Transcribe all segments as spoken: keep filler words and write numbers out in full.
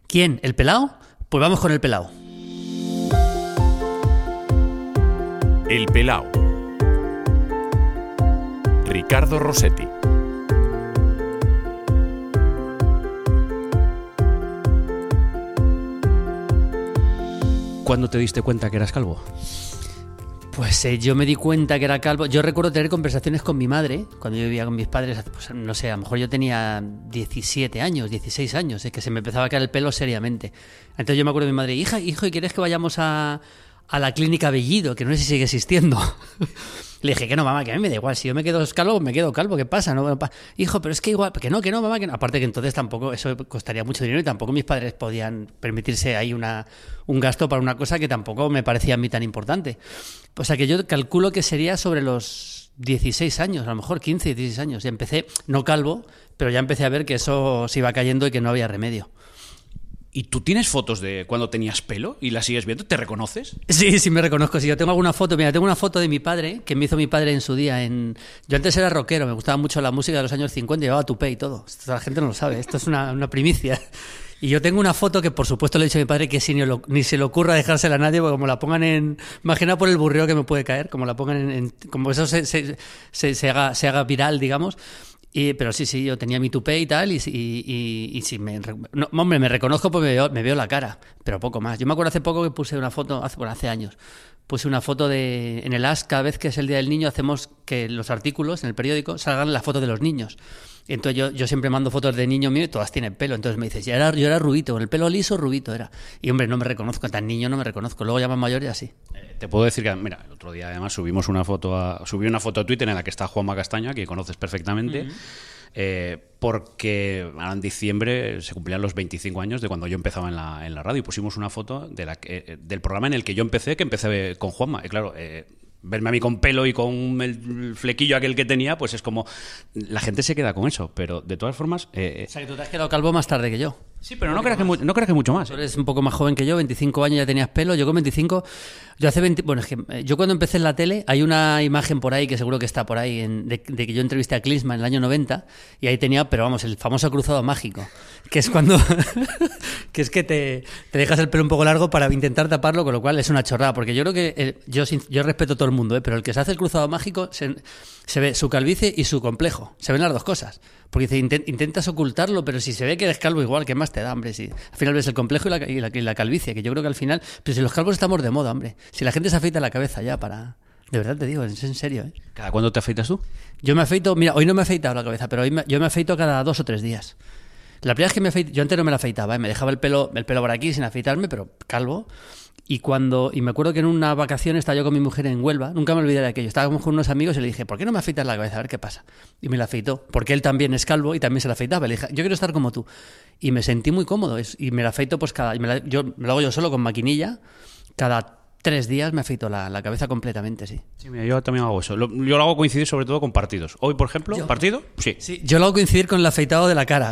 ¿Quién? ¿El pelao? Pues vamos con el pelao. El pelao. Ricardo Rossetti. ¿Cuándo te diste cuenta que eras calvo? Pues eh, yo me di cuenta que era calvo. Yo recuerdo tener conversaciones con mi madre, cuando yo vivía con mis padres, pues no sé, a lo mejor yo tenía diecisiete años, dieciséis años, es que se me empezaba a caer el pelo seriamente. Entonces yo me acuerdo de mi madre, hija, hijo, ¿y quieres que vayamos a, a la clínica Bellido? Que no sé si sigue existiendo. Le dije que no, mamá, que a mí me da igual, si yo me quedo calvo, me quedo calvo, ¿qué pasa? No, pa... Hijo, pero es que igual, que no, que no, mamá, que no. Aparte que entonces tampoco, eso costaría mucho dinero y tampoco mis padres podían permitirse ahí una, un gasto para una cosa que tampoco me parecía a mí tan importante. O sea que yo calculo que sería sobre los dieciséis años, a lo mejor quince, dieciséis años. Y empecé, no calvo, pero ya empecé a ver que eso se iba cayendo y que no había remedio. ¿Y tú tienes fotos de cuando tenías pelo y las sigues viendo? ¿Te reconoces? Sí, sí me reconozco. Sí, yo tengo alguna foto. Mira, tengo una foto de mi padre, que me hizo mi padre en su día. En... Yo antes era rockero, me gustaba mucho la música de los años cincuenta, llevaba tupé y todo. Esto la gente no lo sabe, esto es una, una primicia. Y yo tengo una foto que, por supuesto, le he dicho a mi padre que si ni, lo, ni se le ocurra dejársela a nadie, porque como la pongan en... Imagina por el burreo que me puede caer, como la pongan en... en como eso se, se, se, se, haga, se haga viral, digamos. Y, pero sí, sí, yo tenía mi tupé y tal, y, y, y, y sí, me, no, hombre, me reconozco porque me veo, me veo la cara, pero poco más. Yo me acuerdo hace poco que puse una foto, hace, bueno, hace años, puse una foto de, en el A S, cada vez que es el Día del Niño, hacemos que los artículos en el periódico salgan la foto de los niños. Entonces yo, yo siempre mando fotos de niño mío y todas tienen pelo. Entonces me dices, ya era, yo era rubito, con el pelo liso, rubito era. Y hombre, no me reconozco, tan niño no me reconozco. Luego ya más mayor y así. Eh, te puedo decir que, mira, el otro día además subimos una foto a, subí una foto a Twitter en la que está Juanma Castaño, que conoces perfectamente. Uh-huh. Eh, porque ahora en diciembre se cumplían los veinticinco años de cuando yo empezaba en la, en la radio y pusimos una foto de la que, eh, del programa en el que yo empecé, que empecé con Juanma. Y claro, eh, verme a mí con pelo y con el flequillo aquel que tenía, pues es como... La gente se queda con eso, pero de todas formas... Eh, o sea, que tú te has quedado calvo más tarde que yo. Sí, pero no creas que, mu- no creas que mucho más. Tú eres un poco más joven que yo, veinticinco años ya tenías pelo, yo con veinticinco... Yo hace veinte... Bueno, es que yo cuando empecé en la tele, hay una imagen por ahí, que seguro que está por ahí, en, de, de que yo entrevisté a Klinsmann en el año noventa, y ahí tenía, pero vamos, el famoso cruzado mágico, que es cuando... que es que te, te dejas el pelo un poco largo para intentar taparlo, con lo cual es una chorrada, porque yo creo que... El, yo, yo respeto a todo el mundo, ¿eh? Pero el que se hace el cruzado mágico, se, se ve su calvicie y su complejo. Se ven las dos cosas. Porque dice, intent, intentas ocultarlo, pero si se ve que eres calvo igual, ¿qué más te da, hombre? Si, al final ves el complejo y la, y, la, y la calvicie, que yo creo que al final... Pero si los calvos estamos de moda, hombre. Si la gente se afeita la cabeza ya para... De verdad te digo, es en serio, ¿eh? ¿Cada cuándo te afeitas tú? Yo me afeito... Mira, hoy no me he afeitado la cabeza, pero hoy me, yo me afeito cada dos o tres días. La primera vez que me afeito... Yo antes no me la afeitaba, ¿eh? Me dejaba el pelo, el pelo por aquí sin afeitarme, pero calvo... Y cuando y me acuerdo que en una vacación estaba yo con mi mujer en Huelva, nunca me olvidaré de aquello. Estábamos con unos amigos y le dije, ¿por qué no me afeitas la cabeza? A ver qué pasa. Y me la afeitó, porque él también es calvo y también se la afeitaba. Le dije, yo quiero estar como tú. Y me sentí muy cómodo. Y me la afeito pues cada... Me la, yo me lo hago yo solo con maquinilla. Cada tres días me afeito la, la cabeza completamente, sí. Sí, mira, yo también hago eso. Lo, yo lo hago coincidir sobre todo con partidos. Hoy, por ejemplo, yo, ¿partido? Sí. Sí. Yo lo hago coincidir con el afeitado de la cara.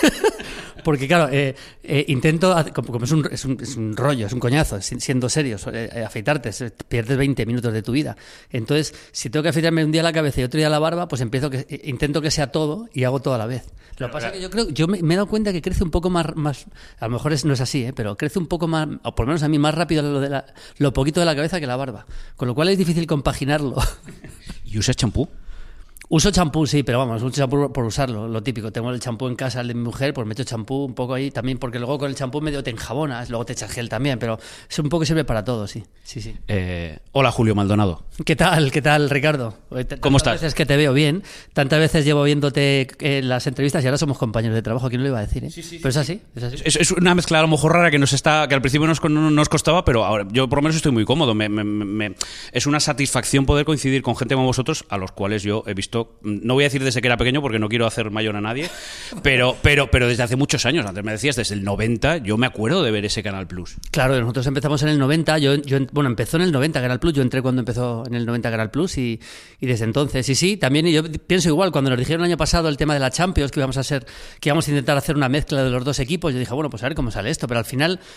Porque claro, eh, eh, intento, como es un, es, un, es un rollo, es un coñazo, siendo serios, eh, afeitarte, pierdes veinte minutos de tu vida. Entonces, si tengo que afeitarme un día la cabeza y otro día la barba, pues empiezo que, eh, intento que sea todo y hago todo a la vez. Lo que pasa es que yo creo, yo me, me he dado cuenta que crece un poco más, más a lo mejor es, no es así, ¿eh? Pero crece un poco más, o por lo menos a mí, más rápido lo, de la, lo poquito de la cabeza que la barba. Con lo cual es difícil compaginarlo. ¿Y usas champú? Uso champú, sí, pero vamos, uso champú por usarlo, lo típico. Tengo el champú en casa, el de mi mujer, pues me echo champú un poco ahí también, porque luego con el champú medio te enjabonas, luego te echas gel también, pero es un poco sirve para todo, sí. sí, sí. Eh, hola, Julio Maldonado. ¿Qué tal, qué tal, Ricardo? ¿Cómo estás? Tantas veces que te veo bien, tantas veces llevo viéndote en las entrevistas y ahora somos compañeros de trabajo, ¿quién no lo iba a decir? ¿eh? Sí, sí, pero sí. es así, es así. Es, es una mezcla a lo mejor rara que nos está, que al principio nos, nos costaba, pero ahora yo por lo menos estoy muy cómodo. Me, me, me, es una satisfacción poder coincidir con gente como vosotros, a los cuales yo he visto, no voy a decir desde que era pequeño porque no quiero hacer mayor a nadie, pero, pero, pero desde hace muchos años. Antes me decías, desde el noventa, yo me acuerdo de ver ese Canal Plus. Claro, nosotros empezamos en el noventa, yo, yo bueno, empezó en el noventa Canal Plus, yo entré cuando empezó en el noventa Canal Plus y, y desde entonces, y sí, también yo pienso igual, cuando nos dijeron el año pasado el tema de la Champions, que íbamos a hacer, que íbamos a intentar hacer una mezcla de los dos equipos, yo dije, bueno, pues a ver cómo sale esto, pero al final...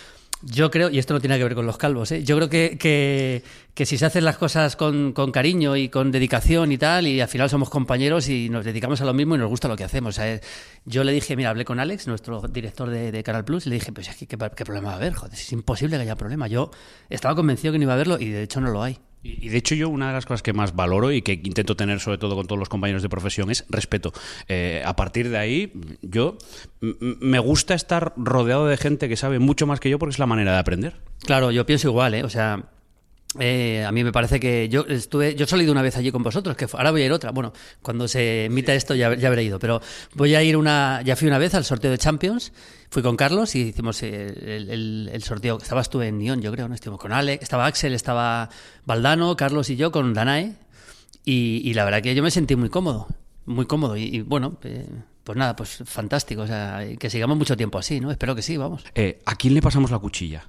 Yo creo, y esto no tiene que ver con los calvos, ¿eh? Yo creo que, que, que si se hacen las cosas con, con cariño y con dedicación y tal, y al final somos compañeros y nos dedicamos a lo mismo y nos gusta lo que hacemos. O sea, yo le dije, mira, hablé con Alex, nuestro director de, de Canal Plus, y le dije, pues ¿qué, qué, qué problema va a haber? Joder, es imposible que haya problema. Yo estaba convencido que no iba a haberlo y de hecho no lo hay. Y de hecho yo una de las cosas que más valoro y que intento tener sobre todo con todos los compañeros de profesión es respeto. Eh, a partir de ahí yo m- me gusta estar rodeado de gente que sabe mucho más que yo porque es la manera de aprender. Claro, yo pienso igual, ¿eh? O sea, eh, a mí me parece que yo estuve, yo solo he ido una vez allí con vosotros, que fue, ahora voy a ir otra. Bueno, cuando se emita esto ya, ya habré ido, pero voy a ir una, ya fui una vez al sorteo de Champions. Fui con Carlos y hicimos el, el, el sorteo. Estabas tú en Nyon, yo creo, ¿no? Estuvimos con Alex, estaba Axel, estaba Valdano, Carlos y yo con Danae. Y, y la verdad que yo me sentí muy cómodo, muy cómodo. Y, y bueno, eh, pues nada, pues fantástico. O sea, que sigamos mucho tiempo así, ¿no? Espero que sí, vamos. Eh, ¿A quién le pasamos la cuchilla?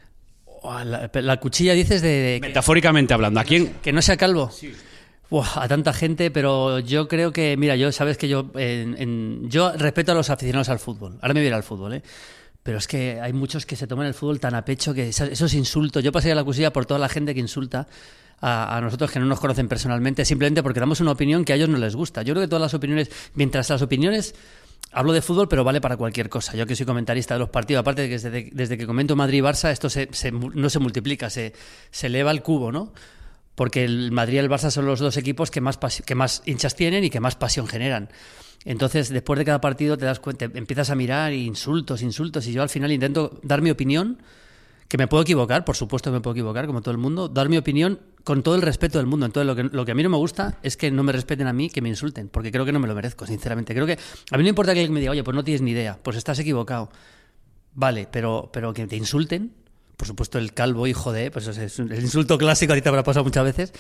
Oh, la, la cuchilla dices de... de Metafóricamente hablando, ¿a quién? Que no sea calvo. Sí. Uf, a tanta gente, pero yo creo que, mira, yo sabes que yo en, en, yo respeto a los aficionados al fútbol. Ahora me voy a ir al fútbol, ¿eh? Pero es que hay muchos que se toman el fútbol tan a pecho que esos insultos. Yo pasaría la cuchilla por toda la gente que insulta a, a nosotros que no nos conocen personalmente, simplemente porque damos una opinión que a ellos no les gusta. Yo creo que todas las opiniones, mientras las opiniones, hablo de fútbol, pero vale para cualquier cosa. Yo que soy comentarista de los partidos, aparte de que desde, desde que comento Madrid y Barça, esto se, se, no se multiplica, se, se eleva al cubo, ¿no? Porque el Madrid y el Barça son los dos equipos que más, que más hinchas tienen y que más pasión generan. Entonces, después de cada partido te das cuenta, empiezas a mirar insultos, insultos, y yo al final intento dar mi opinión, que me puedo equivocar, por supuesto que me puedo equivocar, como todo el mundo, dar mi opinión con todo el respeto del mundo. Entonces, lo que, lo que a mí no me gusta es que no me respeten a mí, que me insulten, porque creo que no me lo merezco, sinceramente. Creo que a mí no importa que alguien me diga, oye, pues no tienes ni idea, pues estás equivocado. Vale, pero, pero que te insulten. Por supuesto, el calvo hijo de... Pues es el insulto clásico, a ti te habrá pasado muchas veces.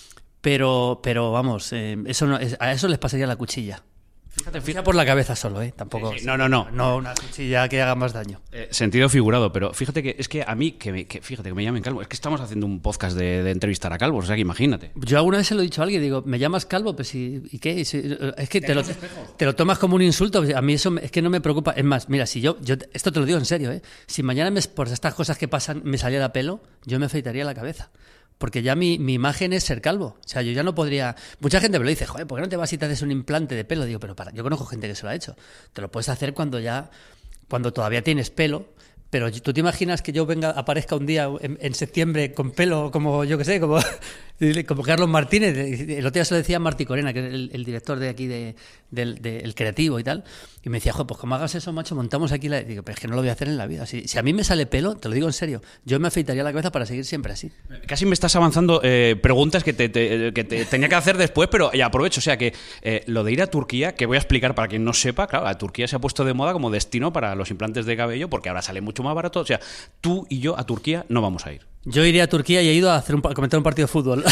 Pero, pero vamos, eh, eso no, es, a eso les pasaría la cuchilla. Fíjate, fíjate por la cabeza solo, ¿eh? Tampoco... Sí, sí. No, no, no. No una cuchilla que haga más daño. Eh, sentido figurado, pero fíjate que es que a mí, que, me, que fíjate que me llamen calvo, es que estamos haciendo un podcast de, de entrevistar a calvos, o sea que imagínate. Yo alguna vez se lo he dicho a alguien, digo, ¿me llamas calvo? Pues ¿y, ¿y qué? Es que te lo, te lo tomas como un insulto. A mí eso es que no me preocupa. Es más, mira, si yo, yo esto te lo digo en serio, ¿eh? Si mañana me, por estas cosas que pasan me saliera pelo, yo me afeitaría la cabeza. Porque ya mi, mi imagen es ser calvo. O sea, yo ya no podría... Mucha gente me lo dice, joder, ¿por qué no te vas y te haces un implante de pelo? Digo, pero para, yo conozco gente que se lo ha hecho. Te lo puedes hacer cuando ya... Cuando todavía tienes pelo. Pero tú te imaginas que yo venga, aparezca un día en, en septiembre con pelo como, yo qué sé, como, como Carlos Martínez. El otro día se lo decía a Martí Corena, que es el, el director de aquí, de, del de, el creativo y tal. Y me decía, joder, pues como hagas eso, macho, montamos aquí la... Digo, pero es que no lo voy a hacer en la vida. Si, si a mí me sale pelo, te lo digo en serio, yo me afeitaría la cabeza para seguir siempre así. Casi me estás avanzando eh, preguntas que, te, te, que te tenía que hacer después, pero ya aprovecho. O sea, que eh, lo de ir a Turquía, que voy a explicar para quien no sepa, claro, a Turquía se ha puesto de moda como destino para los implantes de cabello, porque ahora sale mucho más barato. O sea, tú y yo a Turquía no vamos a ir. Yo iré a Turquía y he ido a hacer un, a comentar un partido de fútbol.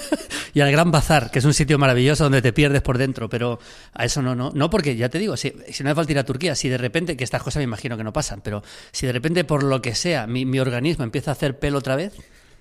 Y al Gran Bazar, que es un sitio maravilloso donde te pierdes por dentro, pero a eso no, no, no, porque ya te digo, si, si no hace falta ir a Turquía, si de repente, que estas cosas me imagino que no pasan, pero si de repente por lo que sea mi, mi organismo empieza a hacer pelo otra vez,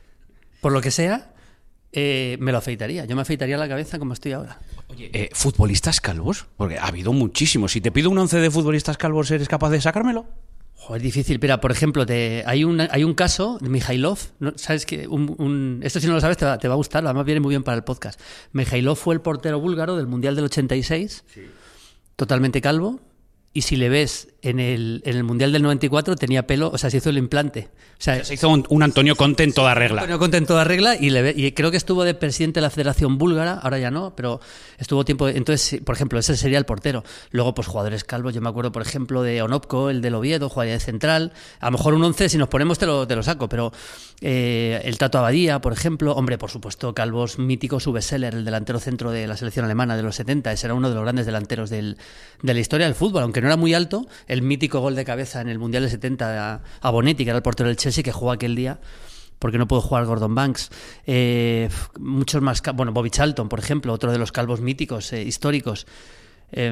por lo que sea, eh, me lo afeitaría, yo me afeitaría la cabeza como estoy ahora. Oye, eh, ¿futbolistas calvos? Porque ha habido muchísimos. Si te pido un once de futbolistas calvos, ¿eres capaz de sacármelo? Joder, es difícil. Mira, por ejemplo, te, hay, un, hay un caso, Mijailov, ¿no? ¿Sabes qué? Un, un, esto si no lo sabes te va, te va a gustar, además viene muy bien para el podcast. Mijailov fue el portero búlgaro del Mundial del ochenta y seis, sí. Totalmente calvo, y si le ves en el, en el Mundial del noventa y cuatro tenía pelo, o sea, se hizo el implante. O sea, se hizo un, un Antonio Conte en toda regla. Antonio Conte en toda regla y, le ve, y creo que estuvo de presidente de la Federación Búlgara, ahora ya no, pero estuvo tiempo... Entonces, por ejemplo, ese sería el portero. Luego, pues jugadores calvos, yo me acuerdo, por ejemplo, de Onopko, el del Oviedo, jugaría de central. A lo mejor un once, si nos ponemos, te lo, te lo saco, pero eh, el Tato Abadía, por ejemplo, hombre, por supuesto, calvos míticos, Uwe Seller, el delantero centro de la selección alemana de los setenta, ese era uno de los grandes delanteros del, de la historia del fútbol, aunque no era muy alto, el mítico gol de cabeza en el Mundial del setenta a, a Bonetti, que era el portero del Chelsea, que jugó aquel día porque no pudo jugar Gordon Banks. Eh, muchos más, bueno, Bobby Charlton, por ejemplo, otro de los calvos míticos, eh, históricos. Eh,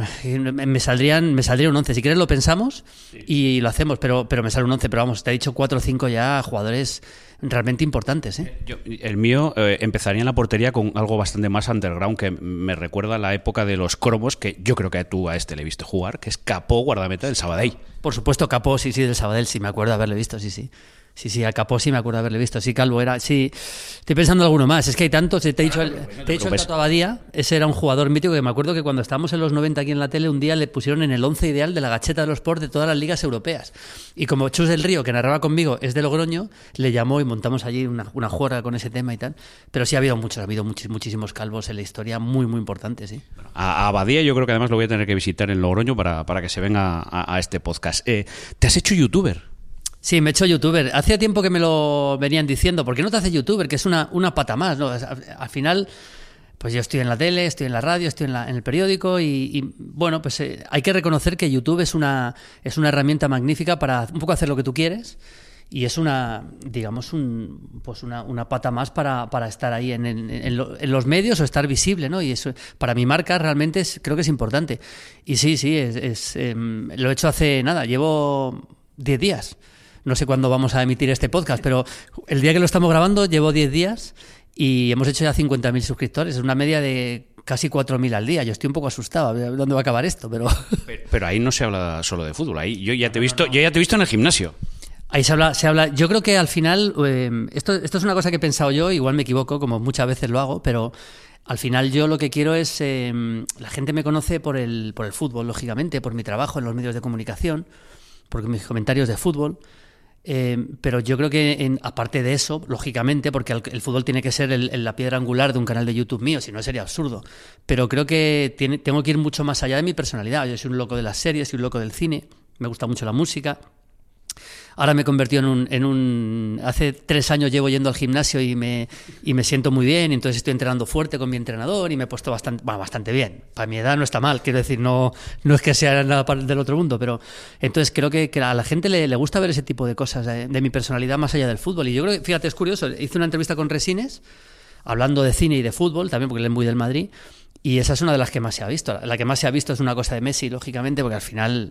me saldrían me saldría un once. Si quieres lo pensamos sí. y lo hacemos, pero, pero me sale un once. Pero vamos, te he dicho cuatro o cinco ya jugadores realmente importantes. ¿eh? Yo, el mío eh, empezaría en la portería con algo bastante más underground, que me recuerda a la época de los cromos, que yo creo que tú a este le viste jugar, que es Capó, guardameta del Sabadell. Por supuesto, Capó, sí, sí, del Sabadell, sí, me acuerdo de haberle visto, sí, sí. Sí, sí, a Capó sí me acuerdo de haberle visto. Sí, Calvo era... Sí, estoy pensando en alguno más. Es que hay tantos. Te he dicho el, te he dicho el Tato Abadía. Ese era un jugador mítico que me acuerdo que cuando estábamos en los noventa aquí en la tele, un día le pusieron en el once ideal de la Gacheta de los Sports de todas las ligas europeas. Y como Chus del Río, que narraba conmigo, es de Logroño, le llamó y montamos allí una, una juerga con ese tema y tal. Pero sí ha habido muchos, ha habido muchis, muchísimos calvos en la historia muy, muy importantes. ¿sí? A, a Abadía yo creo que además lo voy a tener que visitar en Logroño para, para que se venga a, a este podcast. Eh, ¿Te has hecho youtuber? Sí, me he hecho youtuber. Hacía tiempo que me lo venían diciendo. ¿Por qué no te haces youtuber? Que es una, una pata más, ¿no? Al final, pues yo estoy en la tele, estoy en la radio, estoy en, la, en el periódico y, y bueno, pues eh, hay que reconocer que YouTube es una, es una herramienta magnífica para un poco hacer lo que tú quieres y es una, digamos, un, pues una, una pata más para, para estar ahí en, en, en, lo, en los medios o estar visible, ¿no? Y eso para mi marca realmente es, creo que es importante. Y sí, sí, es, es eh, lo he hecho hace nada, llevo diez días. No sé cuándo vamos a emitir este podcast, pero el día que lo estamos grabando llevo diez días y hemos hecho ya cincuenta mil suscriptores. Es una media de casi cuatro mil al día. Yo estoy un poco asustado. ¿Dónde va a acabar esto? Pero, pero, pero ahí no se habla solo de fútbol. Ahí yo ya te he visto, yo ya te he visto en el gimnasio. Ahí se habla, se habla. Yo creo que al final, eh, esto, esto es una cosa que he pensado yo, igual me equivoco, como muchas veces lo hago, pero al final yo lo que quiero es, eh, la gente me conoce por el, por el fútbol, lógicamente, por mi trabajo en los medios de comunicación, por mis comentarios de fútbol. Eh, pero yo creo que en, aparte de eso, lógicamente, porque el, el fútbol tiene que ser el, el, la piedra angular de un canal de YouTube mío, si no sería absurdo, pero creo que tiene, tengo que ir mucho más allá de mi personalidad. Yo soy un loco de las series, soy un loco del cine, me gusta mucho la música. Ahora me he convertido en un, en un... Hace tres años llevo yendo al gimnasio y me, y me siento muy bien, entonces estoy entrenando fuerte con mi entrenador y me he puesto bastante, bueno, bastante bien. Para mi edad no está mal, quiero decir, no, no es que sea nada del otro mundo, pero entonces creo que, que a la gente le, le gusta ver ese tipo de cosas de, de mi personalidad más allá del fútbol. Y yo creo que, fíjate, es curioso, hice una entrevista con Resines, hablando de cine y de fútbol, también porque él es muy del Madrid, y esa es una de las que más se ha visto. La que más se ha visto es una cosa de Messi, lógicamente, porque al final...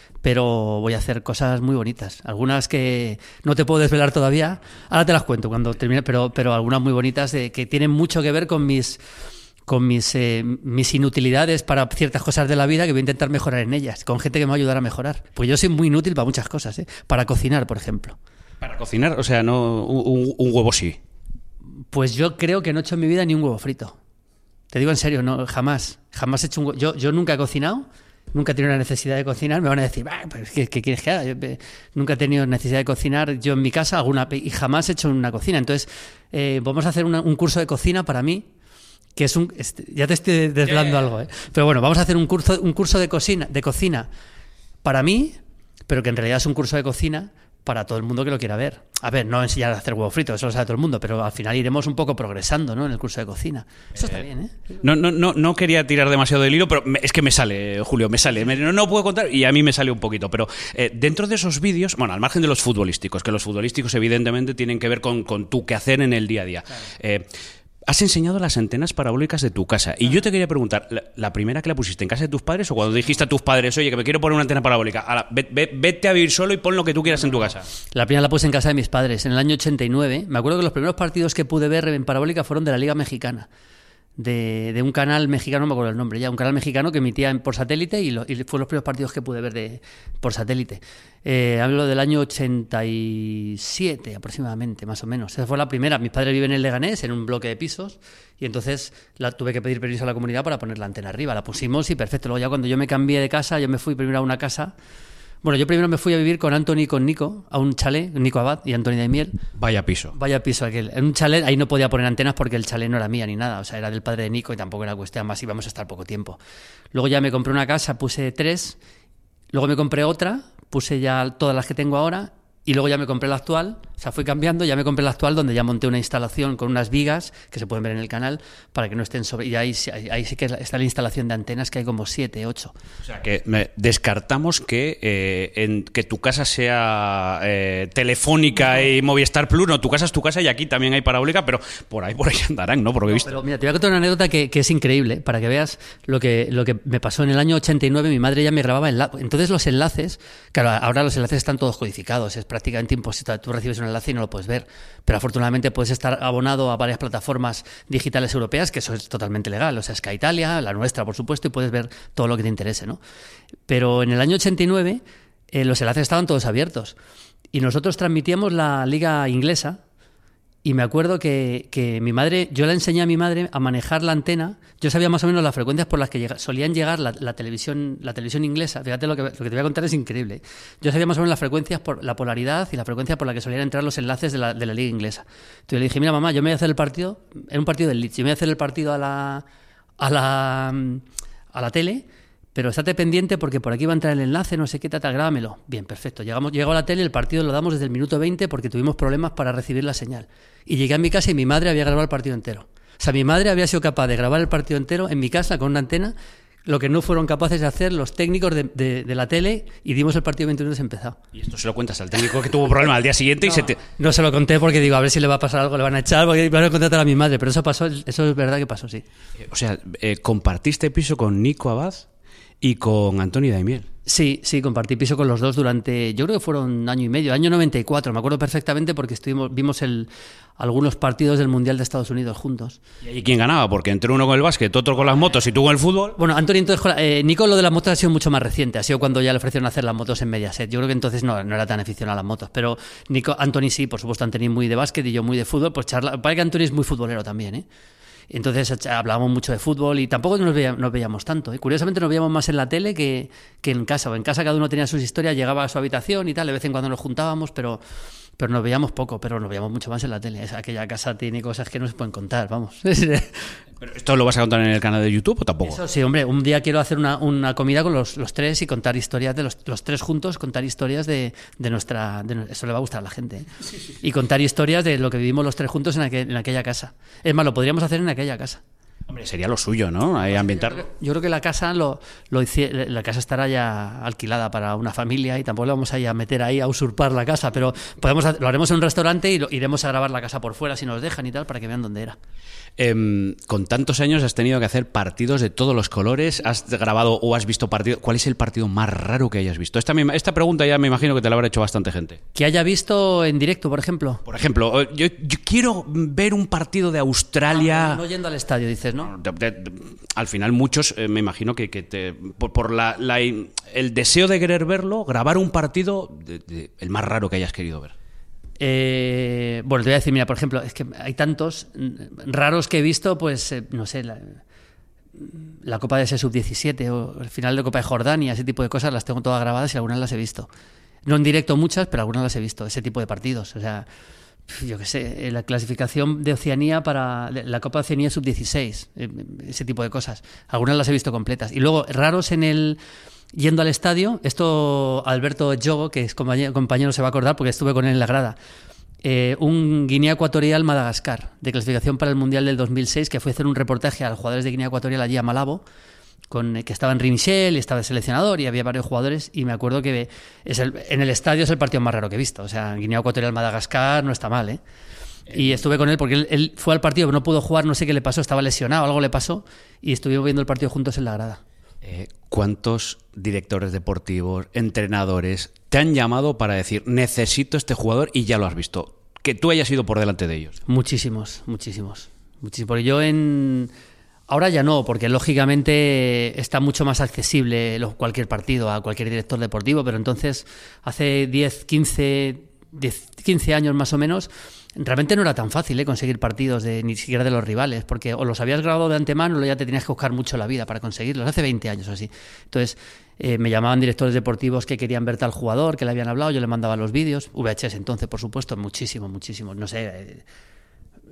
Pero voy a hacer cosas muy bonitas. Algunas que no te puedo desvelar todavía. Ahora te las cuento cuando termine, pero, pero algunas muy bonitas de, que tienen mucho que ver con mis, con mis, eh, mis inutilidades para ciertas cosas de la vida que voy a intentar mejorar en ellas, con gente que me va a ayudar a mejorar. Pues yo soy muy inútil para muchas cosas, ¿eh? Para cocinar, por ejemplo. ¿Para cocinar? O sea, no un, un huevo sí. Pues yo creo que no he hecho en mi vida ni un huevo frito. Te digo en serio, no, jamás. Jamás he hecho un huevo. Yo, yo nunca he cocinado. Nunca he tenido la necesidad de cocinar. Me van a decir, pues, ¿qué, ¿qué quieres que haga? Yo, eh, nunca he tenido necesidad de cocinar yo en mi casa alguna y jamás he hecho una cocina. Entonces, eh, vamos a hacer una, un curso de cocina para mí, que es un... Este, ya te estoy desvelando yeah. algo, ¿eh? Pero bueno, vamos a hacer un curso, un curso de, cocina, de cocina para mí, pero que en realidad es un curso de cocina para todo el mundo que lo quiera ver. A ver, no enseñar a hacer huevo frito, eso lo sabe todo el mundo, pero al final iremos un poco progresando, ¿no? En el curso de cocina. Eso está eh, bien, ¿eh? No, no, no, no quería tirar demasiado del hilo, pero me, es que me sale, Julio, me sale. Me, no, no puedo contar y a mí me sale un poquito, pero eh, dentro de esos vídeos, bueno, al margen de los futbolísticos, que los futbolísticos evidentemente tienen que ver con, con tu quehacer en el día a día. Claro. Eh, Has enseñado las antenas parabólicas de tu casa. Y yo te quería preguntar, ¿la, ¿la primera que la pusiste en casa de tus padres o cuando dijiste a tus padres, oye, que me quiero poner una antena parabólica? Ahora, ve, ve, vete a vivir solo y pon lo que tú quieras en tu casa. La primera la puse en casa de mis padres, en el año ochenta y nueve. Me acuerdo que los primeros partidos que pude ver en parabólica fueron de la Liga Mexicana. De, de un canal mexicano, no me acuerdo el nombre ya, un canal mexicano que emitía por satélite y, lo, y fueron los primeros partidos que pude ver de, por satélite. Eh, hablo del año ochenta y siete aproximadamente, más o menos. Esa fue la primera. Mis padres viven en Leganés, en un bloque de pisos, y entonces la, tuve que pedir permiso a la comunidad para poner la antena arriba. La pusimos y perfecto. Luego ya cuando yo me cambié de casa, yo me fui primero a una casa... Bueno, yo primero me fui a vivir con Anthony y con Nico a un chalet, Nico Abad y Anthony de Miel. Vaya piso. Vaya piso aquel. En un chalet, ahí no podía poner antenas porque el chalet no era mía ni nada, o sea, era del padre de Nico y tampoco era cuestión, más íbamos a estar poco tiempo. Luego ya me compré una casa, puse tres, luego me compré otra, puse ya todas las que tengo ahora Y luego ya me compré la actual, o sea, fui cambiando, ya me compré la actual donde ya monté una instalación con unas vigas que se pueden ver en el canal para que no estén sobre... Y ahí, ahí, ahí sí que está la instalación de antenas, que hay como siete, ocho. O sea, que me descartamos que, eh, en, que tu casa sea eh, Telefónica no. y Movistar Plus. No, tu casa es tu casa y aquí también hay parabólica, pero por ahí por ahí andarán, ¿no? Porque he visto... No, pero mira, te voy a contar una anécdota que, que es increíble, para que veas lo que, lo que me pasó en el año ochenta y nueve. Mi madre ya me grababa enlaces. Entonces los enlaces, claro, ahora los enlaces están todos codificados, es prácticamente imposible. Tú recibes un enlace y no lo puedes ver, pero afortunadamente puedes estar abonado a varias plataformas digitales europeas, que eso es totalmente legal, o sea, Sky Italia, la nuestra, por supuesto, y puedes ver todo lo que te interese, ¿no? Pero en el año ochenta y nueve eh, los enlaces estaban todos abiertos y nosotros transmitíamos la liga inglesa. Y me acuerdo que, que mi madre, yo le enseñé a mi madre a manejar la antena. Yo sabía más o menos las frecuencias por las que llega, solían llegar la, la televisión la televisión inglesa. Fíjate, lo que, lo que te voy a contar es increíble. Yo sabía más o menos las frecuencias, por la polaridad y la frecuencia por la que solían entrar los enlaces de la, de la liga inglesa. Entonces yo le dije, mira mamá, yo me voy a hacer el partido, era un partido del Leeds, yo me voy a hacer el partido a la, a la, a la tele, pero estate pendiente porque por aquí va a entrar el enlace, no sé qué, tal, grábamelo. Bien, perfecto. Llegamos, llegó a la tele, el partido lo damos desde el minuto veinte porque tuvimos problemas para recibir la señal. Y llegué a mi casa y mi madre había grabado el partido entero. O sea, mi madre había sido capaz de grabar el partido entero en mi casa con una antena, lo que no fueron capaces de hacer los técnicos de, de, de la tele, y dimos el partido veinte minutos empezado. Y esto se lo cuentas al técnico que tuvo problemas al día siguiente no, y se te... No se lo conté porque digo, a ver si le va a pasar algo, le van a echar, porque van a contratar a mi madre, pero eso pasó, eso es verdad que pasó, sí. Eh, o sea, eh, ¿compartiste piso con Nico Abad y con Antonio Daimiel? Sí, sí, compartí piso con los dos durante, yo creo que fueron un año y medio, año noventa y cuatro, me acuerdo perfectamente porque estuvimos, vimos el, algunos partidos del Mundial de Estados Unidos juntos. ¿Y ahí quién ganaba? Porque entre uno con el básquet, otro con las motos y tú con el fútbol. Bueno, Antonio, entonces, eh, Nico, lo de las motos ha sido mucho más reciente, ha sido cuando ya le ofrecieron hacer las motos en Mediaset. Yo creo que entonces no, no era tan aficionado a las motos, pero Nico, Anthony sí, por supuesto, Anthony muy de básquet y yo muy de fútbol, pues charla, parece que Anthony es muy futbolero también, ¿eh? Entonces hablábamos mucho de fútbol y tampoco nos veíamos, nos veíamos tanto, ¿eh? Curiosamente nos veíamos más en la tele que, que en casa. O en casa cada uno tenía sus historias, llegaba a su habitación y tal, de vez en cuando nos juntábamos, pero, pero nos veíamos poco, pero nos veíamos mucho más en la tele. Es, aquella casa tiene cosas que no se pueden contar, vamos. ¿Pero esto lo vas a contar en el canal de YouTube o tampoco? Eso sí, hombre, un día quiero hacer una, una comida con los, los tres y contar historias de los, los tres juntos, contar historias de, de nuestra... De, eso le va a gustar a la gente, ¿eh? Sí, sí, sí. Y contar historias de lo que vivimos los tres juntos en, aquel, en aquella casa. Es más, lo podríamos hacer en aquella casa. Hombre, sería lo suyo, ¿no? Ahí ambientarlo. Yo creo, yo creo que la casa lo, lo la casa estará ya alquilada para una familia y tampoco le vamos a, ir a meter ahí a usurpar la casa, pero podemos lo haremos en un restaurante y lo, iremos a grabar la casa por fuera si nos dejan y tal para que vean dónde era. Eh, con tantos años has tenido que hacer partidos de todos los colores, has grabado o has visto partidos. ¿Cuál es el partido más raro que hayas visto? Esta, esta pregunta ya me imagino que te la habrá hecho bastante gente. Que haya visto en directo, por ejemplo. Por ejemplo, yo, yo quiero ver un partido de Australia. Ah, no, no yendo al estadio, dices, ¿no? De, de, de, al final muchos, eh, me imagino que, que te, por, por la, la, el deseo de querer verlo, grabar un partido de, de, el más raro que hayas querido ver. Eh, bueno, te voy a decir, mira, por ejemplo, es que hay tantos raros que he visto, pues, eh, no sé, la, la Copa de ese sub diecisiete o el final de Copa de Jordania, ese tipo de cosas las tengo todas grabadas y algunas las he visto. No en directo muchas, pero algunas las he visto, ese tipo de partidos. O sea, yo qué sé, la clasificación de Oceanía para la Copa de Oceanía sub dieciséis, ese tipo de cosas. Algunas las he visto completas. Y luego, raros en el... Yendo al estadio, esto Alberto Jogo, que es compañero, compañero, se va a acordar porque estuve con él en la grada, eh, un Guinea Ecuatorial Madagascar, de clasificación para el Mundial del dos mil seis, que fue a hacer un reportaje a los jugadores de Guinea Ecuatorial allí a Malabo, con, que estaba Henri Michel y estaba el seleccionador y había varios jugadores, y me acuerdo que es el, en el estadio es el partido más raro que he visto. O sea, Guinea Ecuatorial Madagascar no está mal, ¿eh? Y estuve con él porque él, él fue al partido, pero no pudo jugar, no sé qué le pasó, estaba lesionado, algo le pasó, y estuvimos viendo el partido juntos en la grada. Eh, ¿Cuántos directores deportivos, entrenadores te han llamado para decir necesito este jugador y ya lo has visto? Que tú hayas ido por delante de ellos. Muchísimos, muchísimos. muchísimos. Porque yo en... Ahora ya no, porque lógicamente está mucho más accesible cualquier partido a cualquier director deportivo, pero entonces hace diez, quince, diez, quince años más o menos... Realmente no era tan fácil, ¿eh? Conseguir partidos de, ni siquiera de los rivales, porque o los habías grabado de antemano o ya te tenías que buscar mucho la vida para conseguirlos, hace veinte años o así. Entonces eh, me llamaban directores deportivos que querían ver tal jugador, que le habían hablado, yo le mandaba los vídeos, V H S entonces, por supuesto, muchísimo, muchísimo, no sé, eh,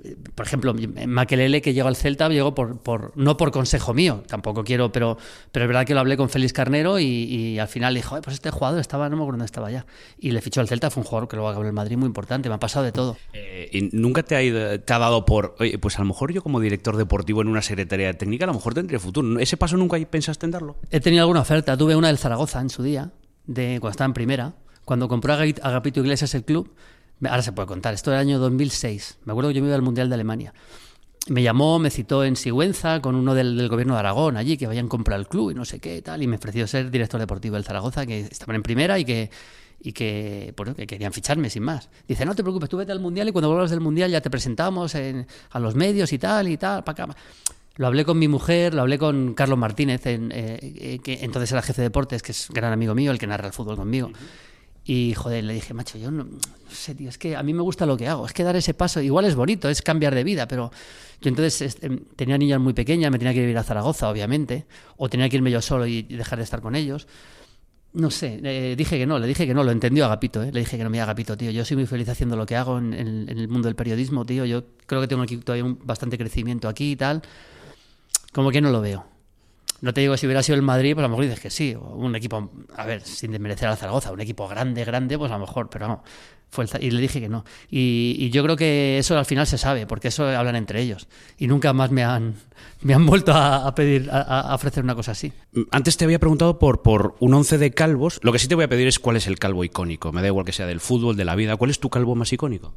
por ejemplo, Makelele, que llegó al Celta, llegó por, por no por consejo mío, tampoco quiero, pero, pero es verdad que lo hablé con Félix Carnero y, y al final dijo, pues este jugador estaba, no me acuerdo dónde estaba ya, y le fichó al Celta, fue un jugador que luego acabó en el Madrid muy importante, me ha pasado de todo. Eh, ¿Y nunca te ha, ido, te ha dado por, oye, pues a lo mejor yo como director deportivo en una secretaría técnica, a lo mejor tendré futuro? ¿Ese paso nunca pensaste en darlo? He tenido alguna oferta, tuve una del Zaragoza en su día, de cuando estaba en primera, cuando compró Agapito Iglesias el club. Ahora se puede contar, esto era el año dos mil seis. Me acuerdo que yo me iba al Mundial de Alemania. Me llamó, me citó en Sigüenza con uno del, del gobierno de Aragón allí, que vayan a comprar el club y no sé qué y tal, y me ofreció ser director deportivo del Zaragoza, que estaban en primera y que, y que, bueno, que querían ficharme sin más. Dice, no te preocupes, tú vete al Mundial y cuando vuelvas del Mundial ya te presentamos en, a los medios y tal y tal, para acá. Lo hablé con mi mujer, lo hablé con Carlos Martínez, en, eh, que entonces era jefe de deportes, que es un gran amigo mío, el que narra el fútbol conmigo. Uh-huh. Y, joder, le dije, macho, yo no, no sé, tío, es que a mí me gusta lo que hago, es que dar ese paso, igual es bonito, es cambiar de vida, pero yo entonces este, tenía niñas muy pequeñas, me tenía que ir a Zaragoza, obviamente, o tenía que irme yo solo y dejar de estar con ellos. No sé, eh, dije que no, le dije que no, lo entendió Agapito, ¿eh? Le dije que no, mira, Agapito, tío, yo soy muy feliz haciendo lo que hago en, en, en el mundo del periodismo, tío, yo creo que tengo aquí todavía un, bastante crecimiento aquí y tal, como que no lo veo. No te digo si hubiera sido el Madrid, pues a lo mejor dices que sí, o un equipo, a ver, sin desmerecer a Zaragoza, un equipo grande, grande, pues a lo mejor, pero no, fue el, y le dije que no. Y, y yo creo que eso al final se sabe, porque eso hablan entre ellos. Y nunca más me han, me han vuelto a, a pedir, a, a ofrecer una cosa así. Antes te había preguntado por, por un once de calvos, lo que sí te voy a pedir es cuál es el calvo icónico, me da igual que sea del fútbol, de la vida, ¿cuál es tu calvo más icónico?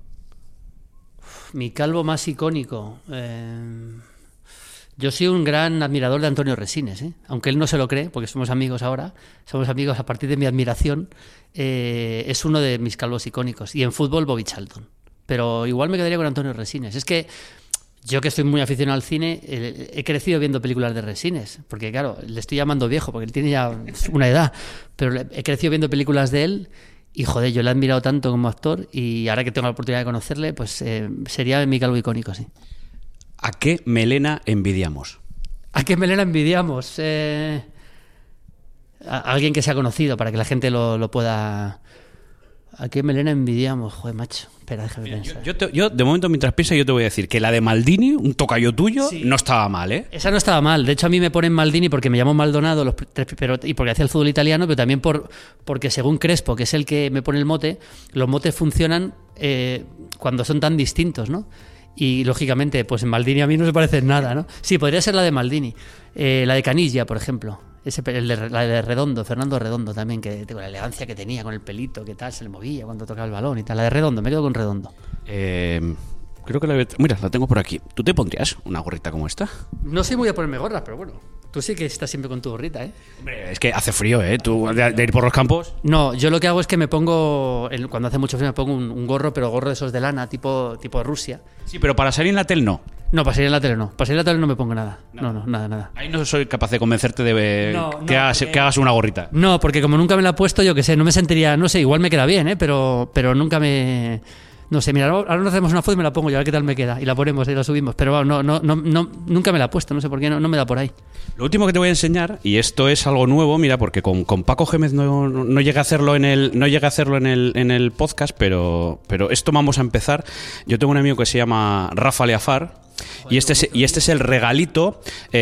Uf, mi calvo más icónico... Eh... Yo soy un gran admirador de Antonio Resines, ¿eh? Aunque él no se lo cree, porque somos amigos ahora, somos amigos a partir de mi admiración, eh, es uno de mis calvos icónicos. Y en fútbol, Bobby Charlton. Pero igual me quedaría con Antonio Resines. Es que yo, que estoy muy aficionado al cine, eh, he crecido viendo películas de Resines, porque claro, le estoy llamando viejo, porque él tiene ya una edad, pero he crecido viendo películas de él. Y joder, yo le he admirado tanto como actor, y ahora que tengo la oportunidad de conocerle, pues eh, sería mi calvo icónico, sí. ¿A qué melena envidiamos? ¿A qué melena envidiamos? Eh, a alguien que sea conocido, para que la gente lo, lo pueda... ¿A qué melena envidiamos? Joder, macho. Espera, déjame Mira, pensar. Yo, yo, te, yo, de momento, mientras piensas, yo te voy a decir que la de Maldini, un tocayo tuyo, sí, no estaba mal, ¿eh? Esa no estaba mal. De hecho, a mí me ponen Maldini porque me llamo Maldonado los tres, pero, y porque hacía el fútbol italiano, pero también por porque según Crespo, que es el que me pone el mote, los motes funcionan eh, cuando son tan distintos, ¿no? Y, lógicamente, pues en Maldini a mí no se parece en nada, ¿no? Sí, podría ser la de Maldini. Eh, la de Caniggia, por ejemplo. Ese, el de, la de Redondo, Fernando Redondo también, que con la elegancia que tenía, con el pelito, que tal, se le movía cuando tocaba el balón y tal. La de Redondo, me quedo con Redondo. Eh, creo que la... Mira, la tengo por aquí. ¿Tú te pondrías una gorrita como esta? No soy muy a ponerme gorras, pero bueno. Tú sí que estás siempre con tu gorrita, ¿eh? Hombre, es que hace frío, ¿eh? Tú, de, de ir por los campos... No, yo lo que hago es que me pongo, cuando hace mucho frío, me pongo un, un gorro, pero gorro de esos de lana, tipo, tipo Rusia. Sí, pero para salir en la tele no. No, para salir en la tele no. Para salir en la tele no me pongo nada. No, no, nada, nada. Ahí no soy capaz de convencerte de no, que, no, hagas, porque... que hagas una gorrita. No, porque como nunca me la he puesto, yo qué sé, no me sentiría... No sé, igual me queda bien, ¿eh? Pero, pero nunca me... No sé, mira, ahora nos hacemos una foto y me la pongo yo, a ver qué tal me queda. Y la ponemos y la subimos. Pero no, no, no, no, nunca me la he puesto, no sé por qué, no, no me da por ahí. Lo último que te voy a enseñar, y esto es algo nuevo, mira, porque con, con Paco Gémez no, no, no llega a hacerlo en el, no llega a hacerlo en el, en el podcast, pero, pero esto vamos a empezar. Yo tengo un amigo que se llama Rafa Leafar. Y este, es, y este es el regalito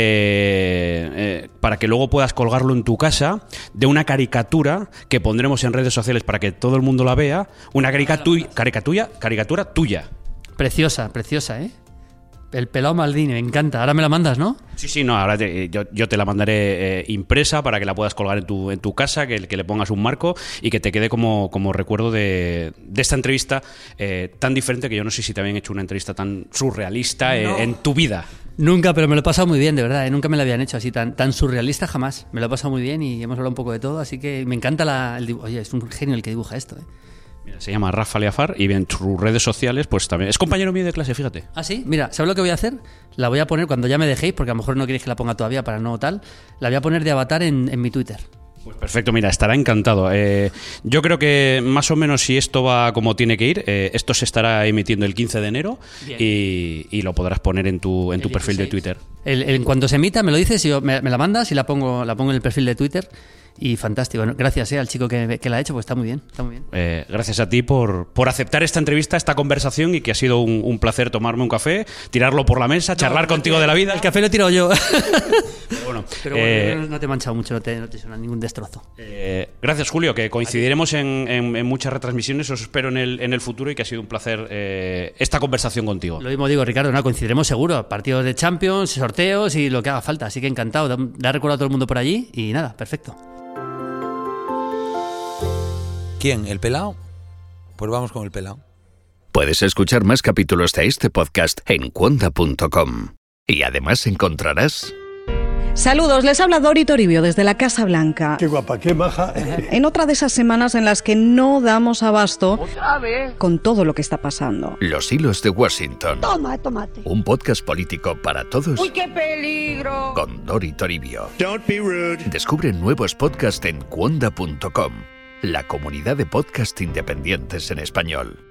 eh, eh, para que luego puedas colgarlo en tu casa, de una caricatura que pondremos en redes sociales para que todo el mundo la vea. Una caricatura, caricatura, caricatura tuya. Preciosa, preciosa, ¿eh? El pelao Maldini, me encanta. Ahora me la mandas, ¿no? Sí, sí, no, ahora te, yo, yo te la mandaré eh, impresa para que la puedas colgar en tu, en tu casa, que, que le pongas un marco y que te quede como, como recuerdo de, de esta entrevista eh, tan diferente, que yo no sé si te habían hecho una entrevista tan surrealista eh, no. en tu vida. Nunca, pero me lo he pasado muy bien, de verdad, ¿eh? Nunca me la habían hecho así tan, tan surrealista, jamás. Me lo he pasado muy bien y hemos hablado un poco de todo, así que me encanta la, el dibujo. Oye, es un genio el que dibuja esto, ¿eh? Mira, se llama Rafa Leafar y en sus redes sociales pues también. Es compañero mío de clase, fíjate. Ah, sí, mira, ¿sabes lo que voy a hacer? La voy a poner cuando ya me dejéis, porque a lo mejor no queréis que la ponga todavía para no tal. La voy a poner de avatar en, en mi Twitter. Pues perfecto, mira, estará encantado. Eh, yo creo que más o menos si esto va como tiene que ir, eh, esto se estará emitiendo el quince de enero y, y lo podrás poner en tu, en tu perfil de Twitter. El, el, en cuanto se emita, me lo dices, y yo, me, me la mandas y la pongo, la pongo en el perfil de Twitter. Y fantástico. Bueno, gracias eh, al chico que, que la ha hecho, pues está muy bien. Está muy bien. Eh, gracias a ti por, por aceptar esta entrevista, esta conversación y que ha sido un, un placer tomarme un café, tirarlo por la mesa, charlar no, contigo de la vida. El café lo he tirado yo. Pero bueno, Pero bueno eh, no te he manchado mucho, no te, no te suena ningún destrozo. Eh, gracias, Julio, que coincidiremos en, en, en muchas retransmisiones. Os espero en el, en el futuro y que ha sido un placer eh, esta conversación contigo. Lo mismo digo, Ricardo, no, coincidiremos seguro. Partidos de Champions, sorteos y lo que haga falta. Así que encantado. Dar recuerdo a todo el mundo por allí y nada, perfecto. ¿Quién? ¿El pelao? Pues vamos con el pelao. Puedes escuchar más capítulos de este podcast en cuonda punto com. Y además encontrarás... Saludos, les habla Dori Toribio desde la Casa Blanca. Qué guapa, qué maja. En otra de esas semanas en las que no damos abasto ¿Otra vez? Con todo lo que está pasando. Los hilos de Washington. Toma, tomate. Un podcast político para todos. ¡Uy, qué peligro! Con Dori Toribio. Don't be rude. Descubre nuevos podcasts en cuonda punto com, la comunidad de podcast independientes en español.